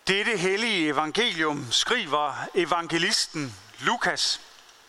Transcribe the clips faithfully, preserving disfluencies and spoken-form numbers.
Dette hellige evangelium skriver evangelisten Lukas.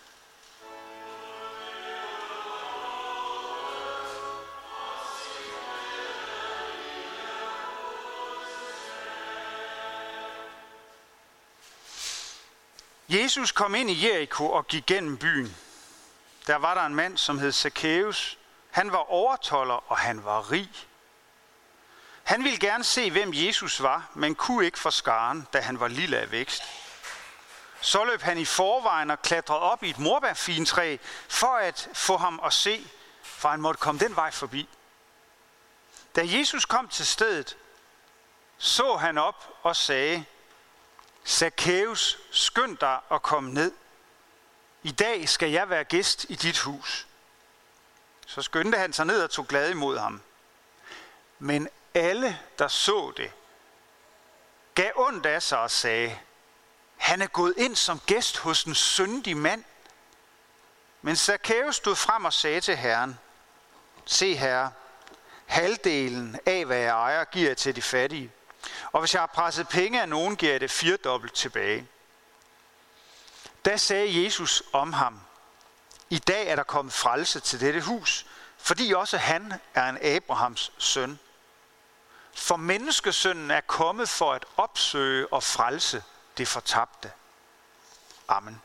Jesus kom ind i Jericho og gik gennem byen. Der var der en mand, som hed Zacchaeus. Han var overtolder, og han var rig. Han ville gerne se, hvem Jesus var, men kunne ikke for skaren, da han var lille af vækst. Så løb han i forvejen og klatrede op i et morbærfintræ for at få ham at se, for han måtte komme den vej forbi. Da Jesus kom til stedet, så han op og sagde: Zacchaeus, skynd dig at komme ned. I dag skal jeg være gæst i dit hus. Så skyndte han sig ned og tog glad imod ham. Men alle, der så det, gav ondt af sig og sagde: han er gået ind som gæst hos en syndig mand. Men Zacchaeus stod frem og sagde til Herren: se, Herre, halvdelen af, hvad jeg ejer, giver jeg til de fattige. Og hvis jeg har presset penge af nogen, giver jeg det firedobbelt tilbage. Da sagde Jesus om ham: i dag er der kommet frelse til dette hus, fordi også han er en Abrahams søn. For menneskesønnen er kommet for at opsøge og frelse det fortabte. Amen.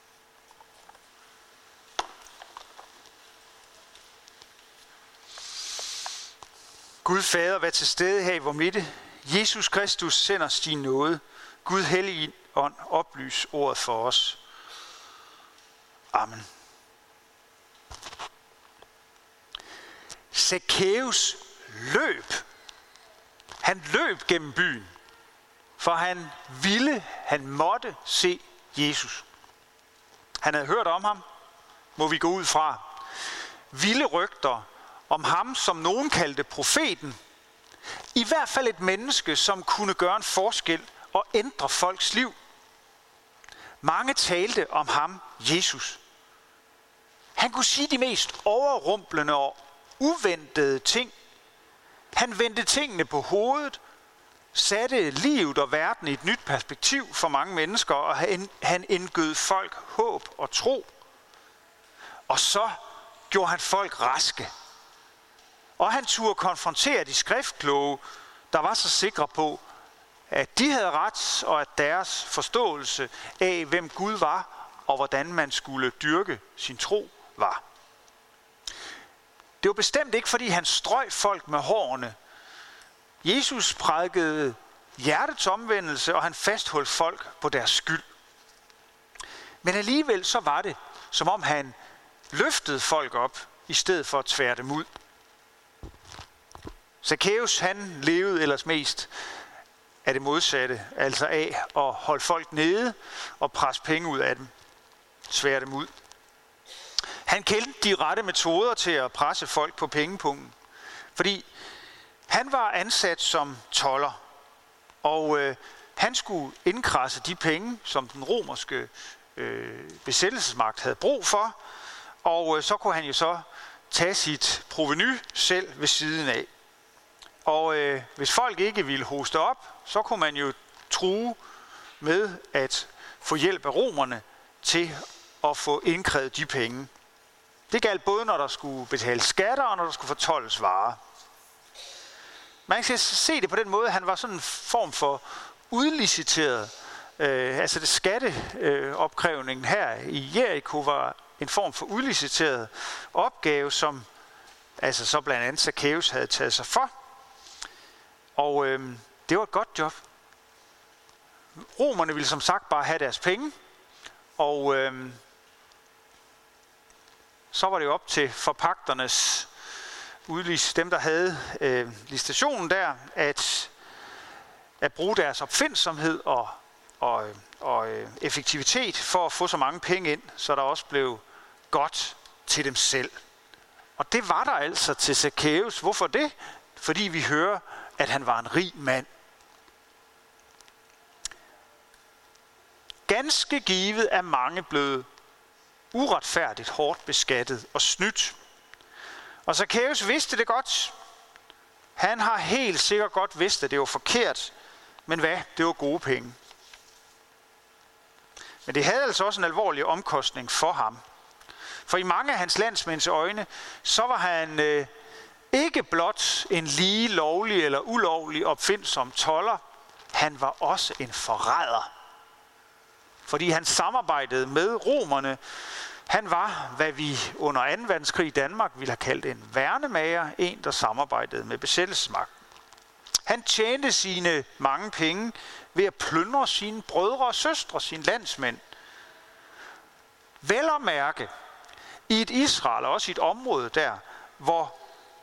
Gud Fader, vær til stede her i vor midte. Jesus Kristus, send os din nåde. Gud Hellige Ånd, oplys ordet for os. Amen. Zacchaeus løb. Han løb gennem byen, for han ville, han måtte se Jesus. Han havde hørt om ham, må vi gå ud fra. Vilde rygter om ham, som nogen kaldte profeten. I hvert fald et menneske, som kunne gøre en forskel og ændre folks liv. Mange talte om ham, Jesus. Han kunne sige de mest overrumplende og uventede ting. Han vendte tingene på hovedet, satte livet og verden i et nyt perspektiv for mange mennesker, og han, han indgød folk håb og tro. Og så gjorde han folk raske. Og han turde konfrontere de skriftkloge, der var så sikre på, at de havde ret, og at deres forståelse af, hvem Gud var, og hvordan man skulle dyrke sin tro, var. Det var bestemt ikke, fordi han strøg folk med hårene. Jesus prædikede hjertets omvendelse, og han fastholdt folk på deres skyld. Men alligevel så var det, som om han løftede folk op, i stedet for at tvære dem ud. Zacchaeus, han levede ellers mest af det modsatte, altså af at holde folk nede og presse penge ud af dem, tvære dem ud. Han kendte de rette metoder til at presse folk på pengepungen, fordi han var ansat som tolder, og øh, han skulle indkrasse de penge, som den romerske øh, besættelsesmagt havde brug for, og øh, så kunne han jo så tage sit provenu selv ved siden af. Og øh, hvis folk ikke ville hoste op, så kunne man jo true med at få hjælp af romerne til at få indkrævet de penge. Det galt både, når der skulle betales skatter, og når der skulle fortoldes varer. Man kan se det på den måde, at han var sådan en form for udliciteret. Øh, altså det skatteopkrævningen her i Jericho var en form for udliciteret opgave, som altså så blandt andet Zacchaeus havde taget sig for. Og øh, det var et godt job. Romerne ville som sagt bare have deres penge, og øh, så var det jo op til forpagternes udlis, dem der havde øh, licitationen der, at, at bruge deres opfindsomhed og, og, og øh, effektivitet for at få så mange penge ind, så der også blev godt til dem selv. Og det var der altså til Zacchaeus. Hvorfor det? Fordi vi hører, at han var en rig mand. Ganske givet er mange blevet uretfærdigt hårdt beskattet og snydt. Og Zacchaeus vidste det godt. Han har helt sikkert godt vidst, at det var forkert, Men hvad? Det var gode penge. Men det havde altså også en alvorlig omkostning for ham. For i mange af hans landsmænds øjne, så var han øh, ikke blot en lige lovlig eller ulovlig opfindsom tolder. Han var også en forræder. Fordi han samarbejdede med romerne. Han var, hvad vi under anden verdenskrig i Danmark ville have kaldt en værnemager, en der samarbejdede med besættelsesmagten. Han tjente sine mange penge ved at plyndre sine brødre og søstre, sine landsmænd. Vel at mærke, i et Israel, og også i et område der, hvor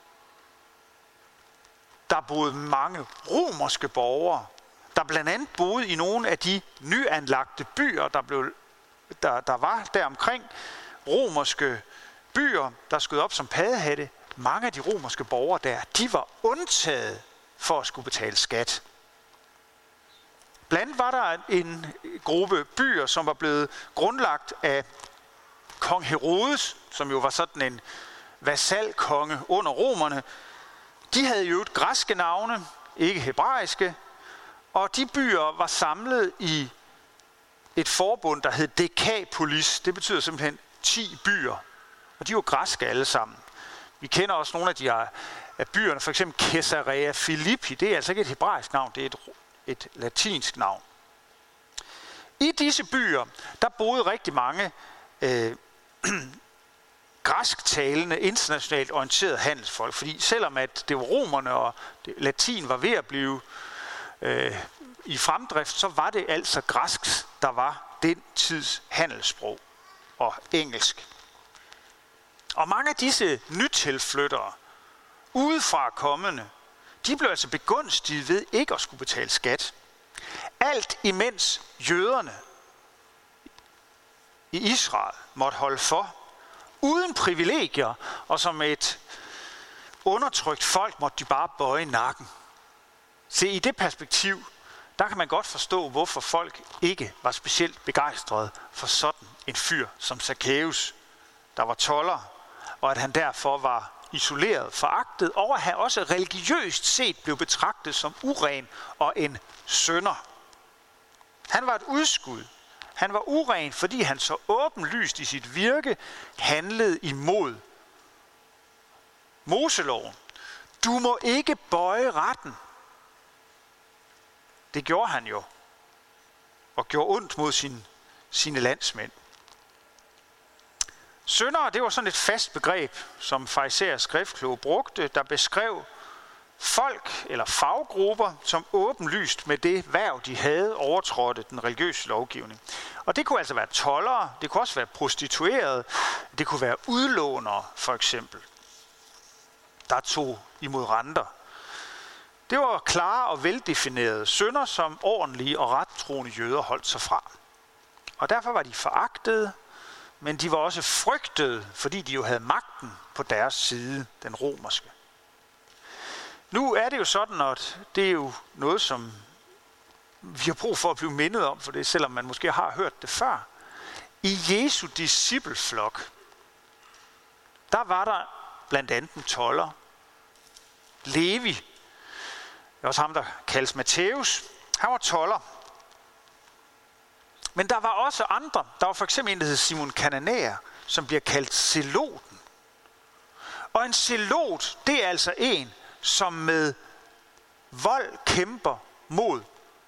der boede mange romerske borgere, der blandt andet boede i nogle af de nyanlagte byer, der, blev, der, der var der omkring, romerske byer, der skød op som paddehatte. Mange af de romerske borgere der, de var undtaget for at skulle betale skat. Blandt var der en gruppe byer, som var blevet grundlagt af kong Herodes, som jo var sådan en vasalkonge under romerne. De havde jo et græske navne, ikke hebraiske, og de byer var samlet i et forbund, der hed Dekapolis. Det betyder simpelthen ti byer, og de var græske alle sammen. Vi kender også nogle af de her af byerne, for eksempel Caesarea Philippi. Det er altså ikke et hebraisk navn, det er et, et latinsk navn. I disse byer, der boede rigtig mange øh, græsktalende, internationalt orienterede handelsfolk, fordi selvom at det var romerne og det, latin var ved at blive øh, i fremdrift, så var det altså græsk, der var den tids handelssprog, og engelsk. Og mange af disse nytilflyttere, udefra kommende, de blev altså begunstiget ved ikke at skulle betale skat. Alt imens jøderne i Israel måtte holde for, uden privilegier, og som et undertrykt folk måtte de bare bøje nakken. Se, i det perspektiv, der kan man godt forstå, hvorfor folk ikke var specielt begejstrede for sådan en fyr som Zacchaeus, der var tolder, og at han derfor var isoleret, foragtet, og at han også religiøst set blev betragtet som uren og en synder. Han var et udskud. Han var uren, fordi han så åbenlyst i sit virke handlede imod Moseloven. Du må ikke bøje retten. Det gjorde han jo, og gjorde ondt mod sin, sine landsmænd. Syndere, det var sådan et fast begreb, som farisæer skriftkloge brugte, der beskrev folk eller faggrupper, som åbenlyst med det værv, de havde, overtrådte den religiøse lovgivning. Og det kunne altså være toldere, det kunne også være prostituerede, det kunne være udlånere for eksempel, der tog imod renter. Det var klare og veldefinerede synder, som ordentlige og rettroende jøder holdt sig fra. Og derfor var de foragtede, men de var også frygtede, fordi de jo havde magten på deres side, den romerske. Nu er det jo sådan, at det er jo noget, som vi har brug for at blive mindet om, for det, selvom man måske har hørt det før. I Jesu discipleflok, der var der blandt andet en tolder, Levi. Det var også ham, der kaldes Matthæus. Han var tolder. Men der var også andre. Der var for eksempel en, der hed Simon Kananæer, som bliver kaldt zeloten. Og en zelot, det er altså en, som med vold kæmper mod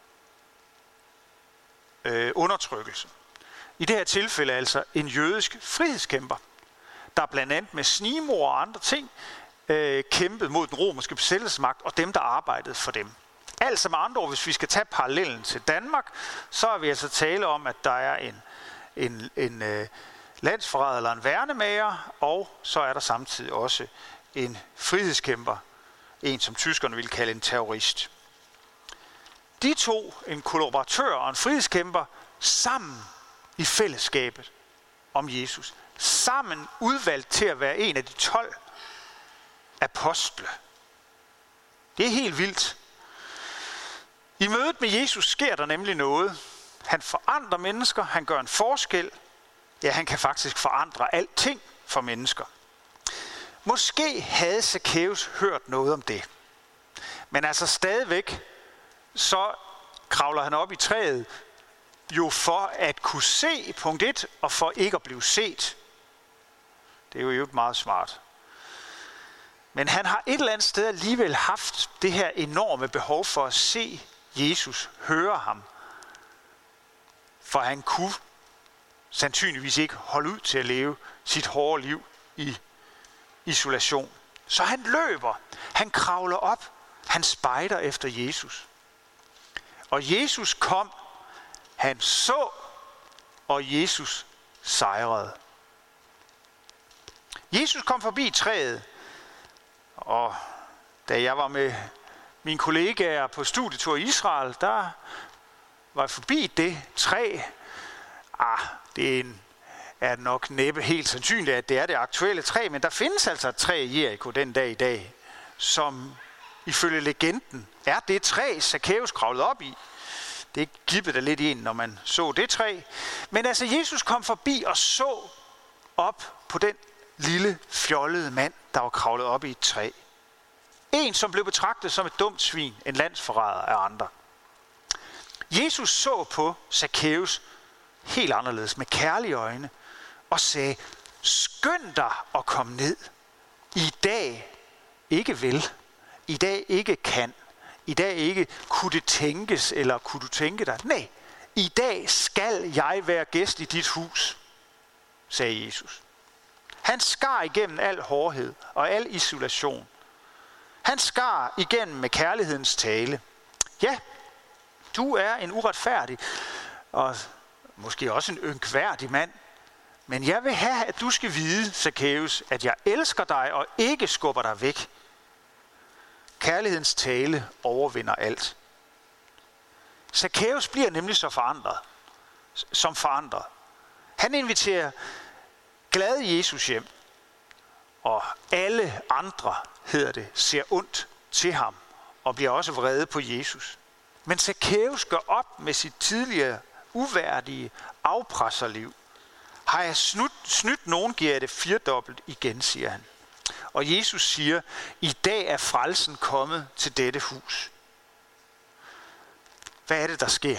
øh, undertrykkelse. I det her tilfælde altså en jødisk frihedskæmper, der blandt andet med snigmord og andre ting øh, kæmpede mod den romerske besættelsesmagt og dem, der arbejdede for dem. Altså med andre ord, hvis vi skal tage parallellen til Danmark, så er vi altså tale om, at der er en, en, en øh, landsforræder eller en værnemager, og så er der samtidig også en frihedskæmper, en som tyskerne ville kalde en terrorist. De to, en kollaboratør og en frihedskæmper, sammen i fællesskabet om Jesus, sammen udvalgt til at være en af de tolv apostle. Det er helt vildt. I mødet med Jesus sker der nemlig noget. Han forandrer mennesker, han gør en forskel. Ja, han kan faktisk forandre alting for mennesker. Måske havde Zacchaeus hørt noget om det. Men altså stadigvæk, så kravler han op i træet, jo for at kunne se, punkt et, og for ikke at blive set. Det er jo ikke meget smart. Men han har et eller andet sted alligevel haft det her enorme behov for at se Jesus, høre ham. For han kunne sandsynligvis ikke holde ud til at leve sit hårde liv i isolation. Så han løber, han kravler op, han spejder efter Jesus. Og Jesus kom, han så, og Jesus sejrede. Jesus kom forbi træet, og da jeg var med mine kollegaer på studietur i Israel, der var jeg forbi det træ. Ah, det er, en, er nok næppe helt sandsynligt, at det er det aktuelle træ, men der findes altså et træ i Jericho den dag i dag, som ifølge legenden er det træ, Zakæus kravlede op i. Det gibbede lidt ind, når man så det træ. Men altså, Jesus kom forbi og så op på den lille fjollede mand, der var kravlet op i et træ. En, som blev betragtet som et dumt svin, en landsforræder af andre. Jesus så på Zakæus helt anderledes, med kærlige øjne, og sagde, skynd dig at komme ned. I dag ikke vil, i dag ikke kan, i dag ikke kunne det tænkes, eller kunne du tænke dig. Nej, i dag skal jeg være gæst i dit hus, sagde Jesus. Han skar igennem al hårdhed og al isolation. Han skar igennem med kærlighedens tale. Ja, du er en uretfærdig og måske også en ynkværdig mand. Men jeg vil have, at du skal vide, Zakæus, at jeg elsker dig og ikke skubber dig væk. Kærlighedens tale overvinder alt. Zakæus bliver nemlig så forandret, som forandret. Han inviterer glad Jesus hjem, og alle andre, hedder det, ser ondt til ham og bliver også vrede på Jesus. Men Zakæus går op med sit tidligere uværdige afpresserliv. Har jeg snydt, snydt nogen, giver jeg det firedobbelt igen, siger han. Og Jesus siger, i dag er frelsen kommet til dette hus. Hvad er det, der sker?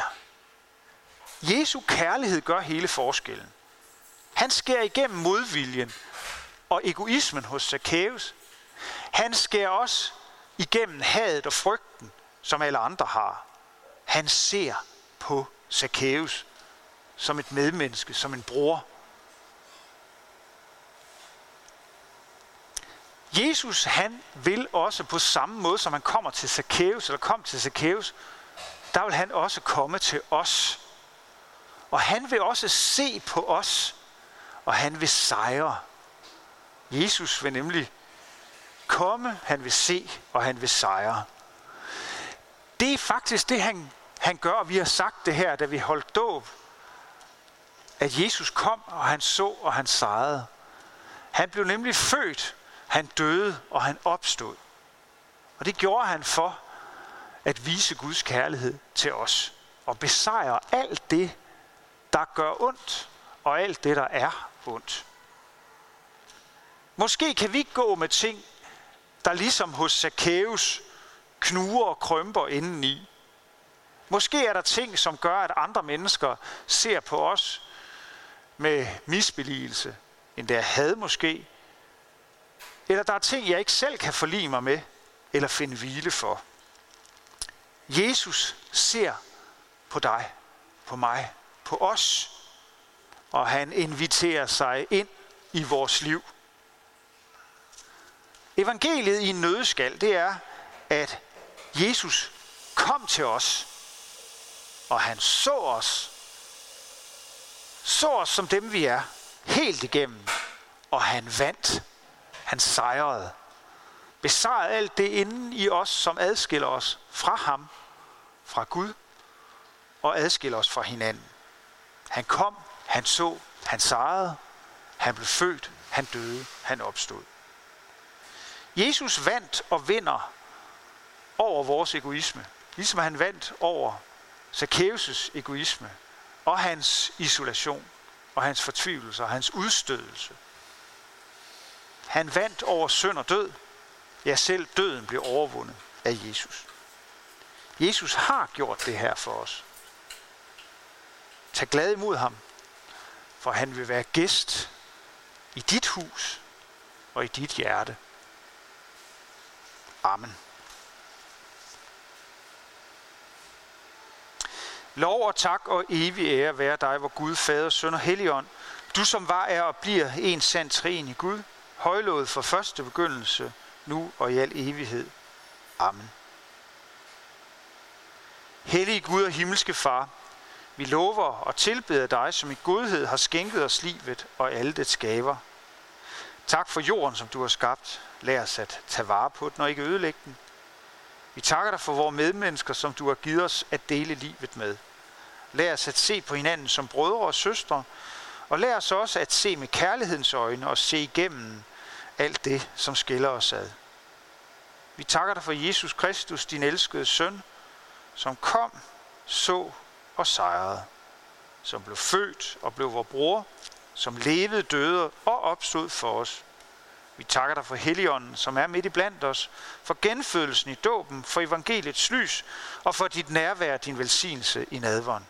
Jesu kærlighed gør hele forskellen. Han skærer igennem modviljen og egoismen hos Zakæus. Han skærer også igennem hadet og frygten, som alle andre har. Han ser på Zakæus som et medmenneske, som en bror. Jesus, han vil også på samme måde, som han kommer til Zakæus, eller kom til Zakæus, der vil han også komme til os. Og han vil også se på os, og han vil sejre. Jesus vil nemlig komme, han vil se, og han vil sejre. Det er faktisk det, han, han gør, og vi har sagt det her, da vi holdt dåb, at Jesus kom, og han så, og han sejrede. Han blev nemlig født, han døde, og han opstod. Og det gjorde han for at vise Guds kærlighed til os, og besejre alt det, der gør ondt, og alt det, der er ondt. Måske kan vi ikke gå med ting, der ligesom hos Zakæus knuger og krømper indeni. Måske er der ting, som gør, at andre mennesker ser på os med misbilligelse, endda had måske. Eller der er ting, jeg ikke selv kan forlige mig med, eller finde hvile for. Jesus ser på dig, på mig, på os, og han inviterer sig ind i vores liv. Evangeliet i en nøddeskal, det er, at Jesus kom til os, og han så os, så os som dem vi er, helt igennem, og han vandt, han sejrede, besejrede alt det inden i os, som adskiller os fra ham, fra Gud, og adskiller os fra hinanden. Han kom, han så, han sejrede, han blev født, han døde, han opstod. Jesus vandt og vinder over vores egoisme, ligesom han vandt over Zakæus' egoisme, og hans isolation, og hans fortvivlelse, og hans udstødelse. Han vandt over synd og død, ja selv døden blev overvundet af Jesus. Jesus har gjort det her for os. Tag glad imod ham, for han vil være gæst i dit hus og i dit hjerte. Amen. Lov og tak og evig ære være dig, vor Gud, Fader, Søn og Helligånd, du som var, er og bliver en sand treenig Gud, højlovet fra første begyndelse, nu og i al evighed. Amen. Hellige Gud og himmelske Far, vi lover og tilbeder dig, som i godhed har skænket os livet og alle dets gaver. Tak for jorden, som du har skabt. Lær os at tage vare på den og ikke ødelægge den. Vi takker dig for vores medmennesker, som du har givet os at dele livet med. Lær os at se på hinanden som brødre og søstre, og lær os også at se med kærlighedens øjne og se igennem alt det, som skiller os ad. Vi takker dig for Jesus Kristus, din elskede søn, som kom, så og sejrede, som blev født og blev vor bror, som levede, døde og opstod for os. Vi takker dig for Helligånden, som er midt i blandt os, for genfødelsen i dåben, for evangeliets lys og for dit nærvær, din velsignelse i nadveren.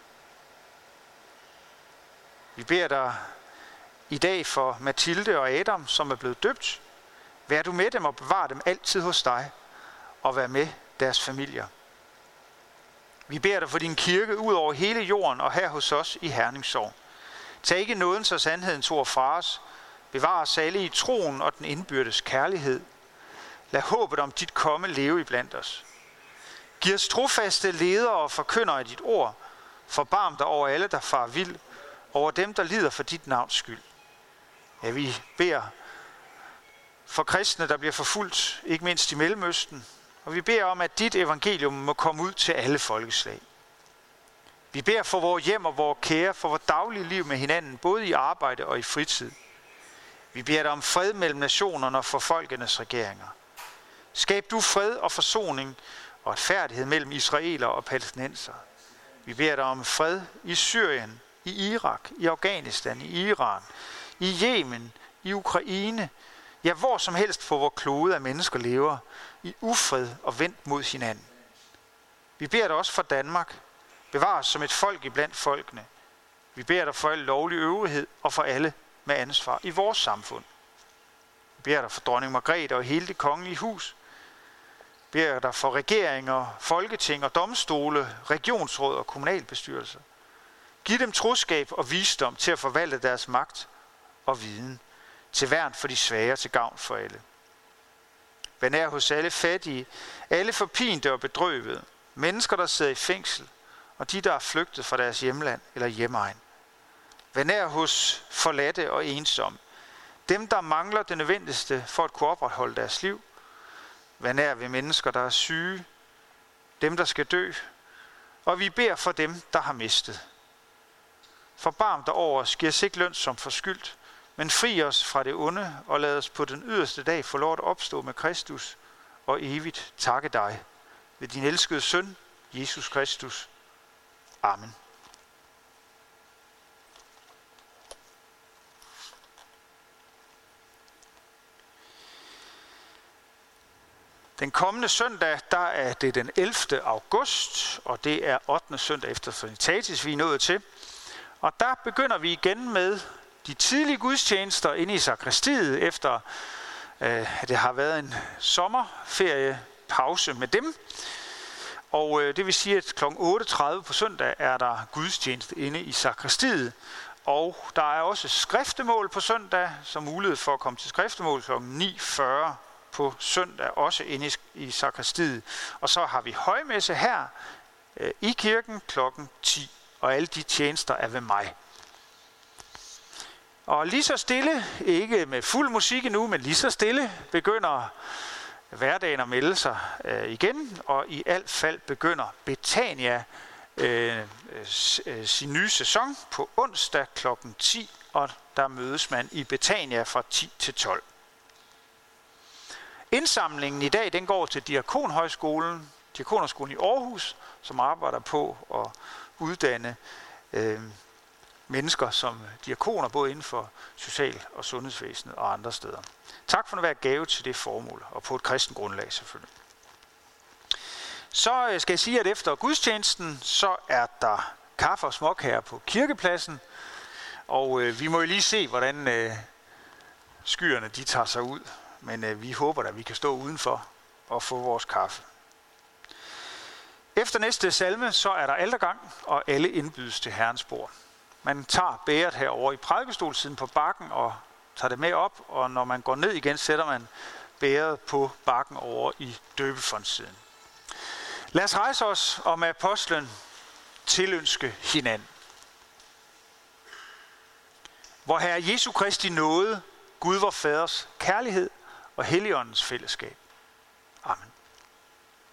Vi beder dig i dag for Mathilde og Adam, som er blevet døbt. Vær du med dem og bevar dem altid hos dig, og vær med deres familier. Vi beder dig for din kirke ud over hele jorden og her hos os i Herning Sogn. Tag ikke nådens og sandhedens ord fra os. Bevar os alle i troen og den indbyrdes kærlighed. Lad håbet om dit komme leve iblandt os. Giv os trofaste ledere og forkyndere af dit ord. Forbarm dig over alle, der farer vild, over dem, der lider for dit navns skyld. Ja, vi beder for kristne, der bliver forfulgt, ikke mindst i Mellemøsten. Og vi beder om, at dit evangelium må komme ud til alle folkeslag. Vi beder for vores hjem og vores kære, for vores daglige liv med hinanden, både i arbejde og i fritid. Vi beder dig om fred mellem nationerne og for folkenes regeringer. Skab du fred og forsoning og retfærdighed mellem israeler og palæstinenser. Vi beder dig om fred i Syrien, i Irak, i Afghanistan, i Iran, i Yemen, i Ukraine, ja, hvor som helst på vores klode af mennesker lever i ufred og vendt mod hinanden. Vi beder dig også for Danmark. Bevar os som et folk iblandt folkene. Vi beder dig for al lovlig øvrighed og for alle med ansvar i vores samfund. Vi beder dig for dronning Margrethe og hele det kongelige hus. Vi beder dig for regeringer, folketing og domstole, regionsråd og kommunalbestyrelser. Giv dem troskab og visdom til at forvalte deres magt og viden, til værn for de svage, til gavn for alle. Vær nær hos alle fattige, alle forpinte og bedrøvede, mennesker, der sidder i fængsel, og de, der er flygtet fra deres hjemland eller hjemegn. Vær nær hos forladte og ensomme, dem, der mangler det nødvendigste for at kunne opretholde deres liv. Vær nær ved mennesker, der er syge, dem, der skal dø, og vi beder for dem, der har mistet. Forbarm dig over os, giv os ikke løn som forskyldt, men fri os fra det onde, og lad os på den yderste dag få lov at opstå med Kristus, og evigt takke dig ved din elskede søn, Jesus Kristus. Amen. Den kommende søndag, der er det den ellevte august, og det er ottende søndag efter Trinitatis, vi er nået til. Og der begynder vi igen med de tidlige gudstjenester inde i sakristiet, efter øh, at det har været en sommerferiepause med dem. Og øh, det vil sige, at klokken otte tredive på søndag er der gudstjeneste inde i sakristiet. Og der er også skriftemål på søndag, så mulighed for at komme til skriftemål klokken ni fyrre på søndag, også inde i, i sakristiet. Og så har vi højmesse her øh, i kirken klokken ti, og alle de tjenester er ved mig. Og lige så stille, ikke med fuld musik endnu, men lige så stille, begynder hverdagen at melde sig øh, igen, og i alt fald begynder Betania øh, øh, sin nye sæson på onsdag klokken ti, og der mødes man i Betania fra ti til tolv. Indsamlingen i dag, den går til Diakonhøjskolen, Diakonhøjskolen i Aarhus, som arbejder på at uddanne øh, mennesker som diakoner, både inden for social- og sundhedsvæsenet og andre steder. Tak for at være gave til det formål, og på et kristen grundlag selvfølgelig. Så skal jeg sige, at efter gudstjenesten, så er der kaffe og småkager på kirkepladsen. Og øh, vi må jo lige se, hvordan øh, skyerne de tager sig ud. Men øh, vi håber at vi kan stå udenfor og få vores kaffe. Efter næste salme, så er der altergang, og alle indbydes til Herrens bord. Man tager bæret herover i prædikestolsiden på bakken og tager det med op, og når man går ned igen, sætter man bæret på bakken over i døbefondssiden. Lad os rejse os og med apostlen tilønske hinanden. Vor Herre Jesu Kristi nåde, Gud vor Faders kærlighed og Helligåndens fællesskab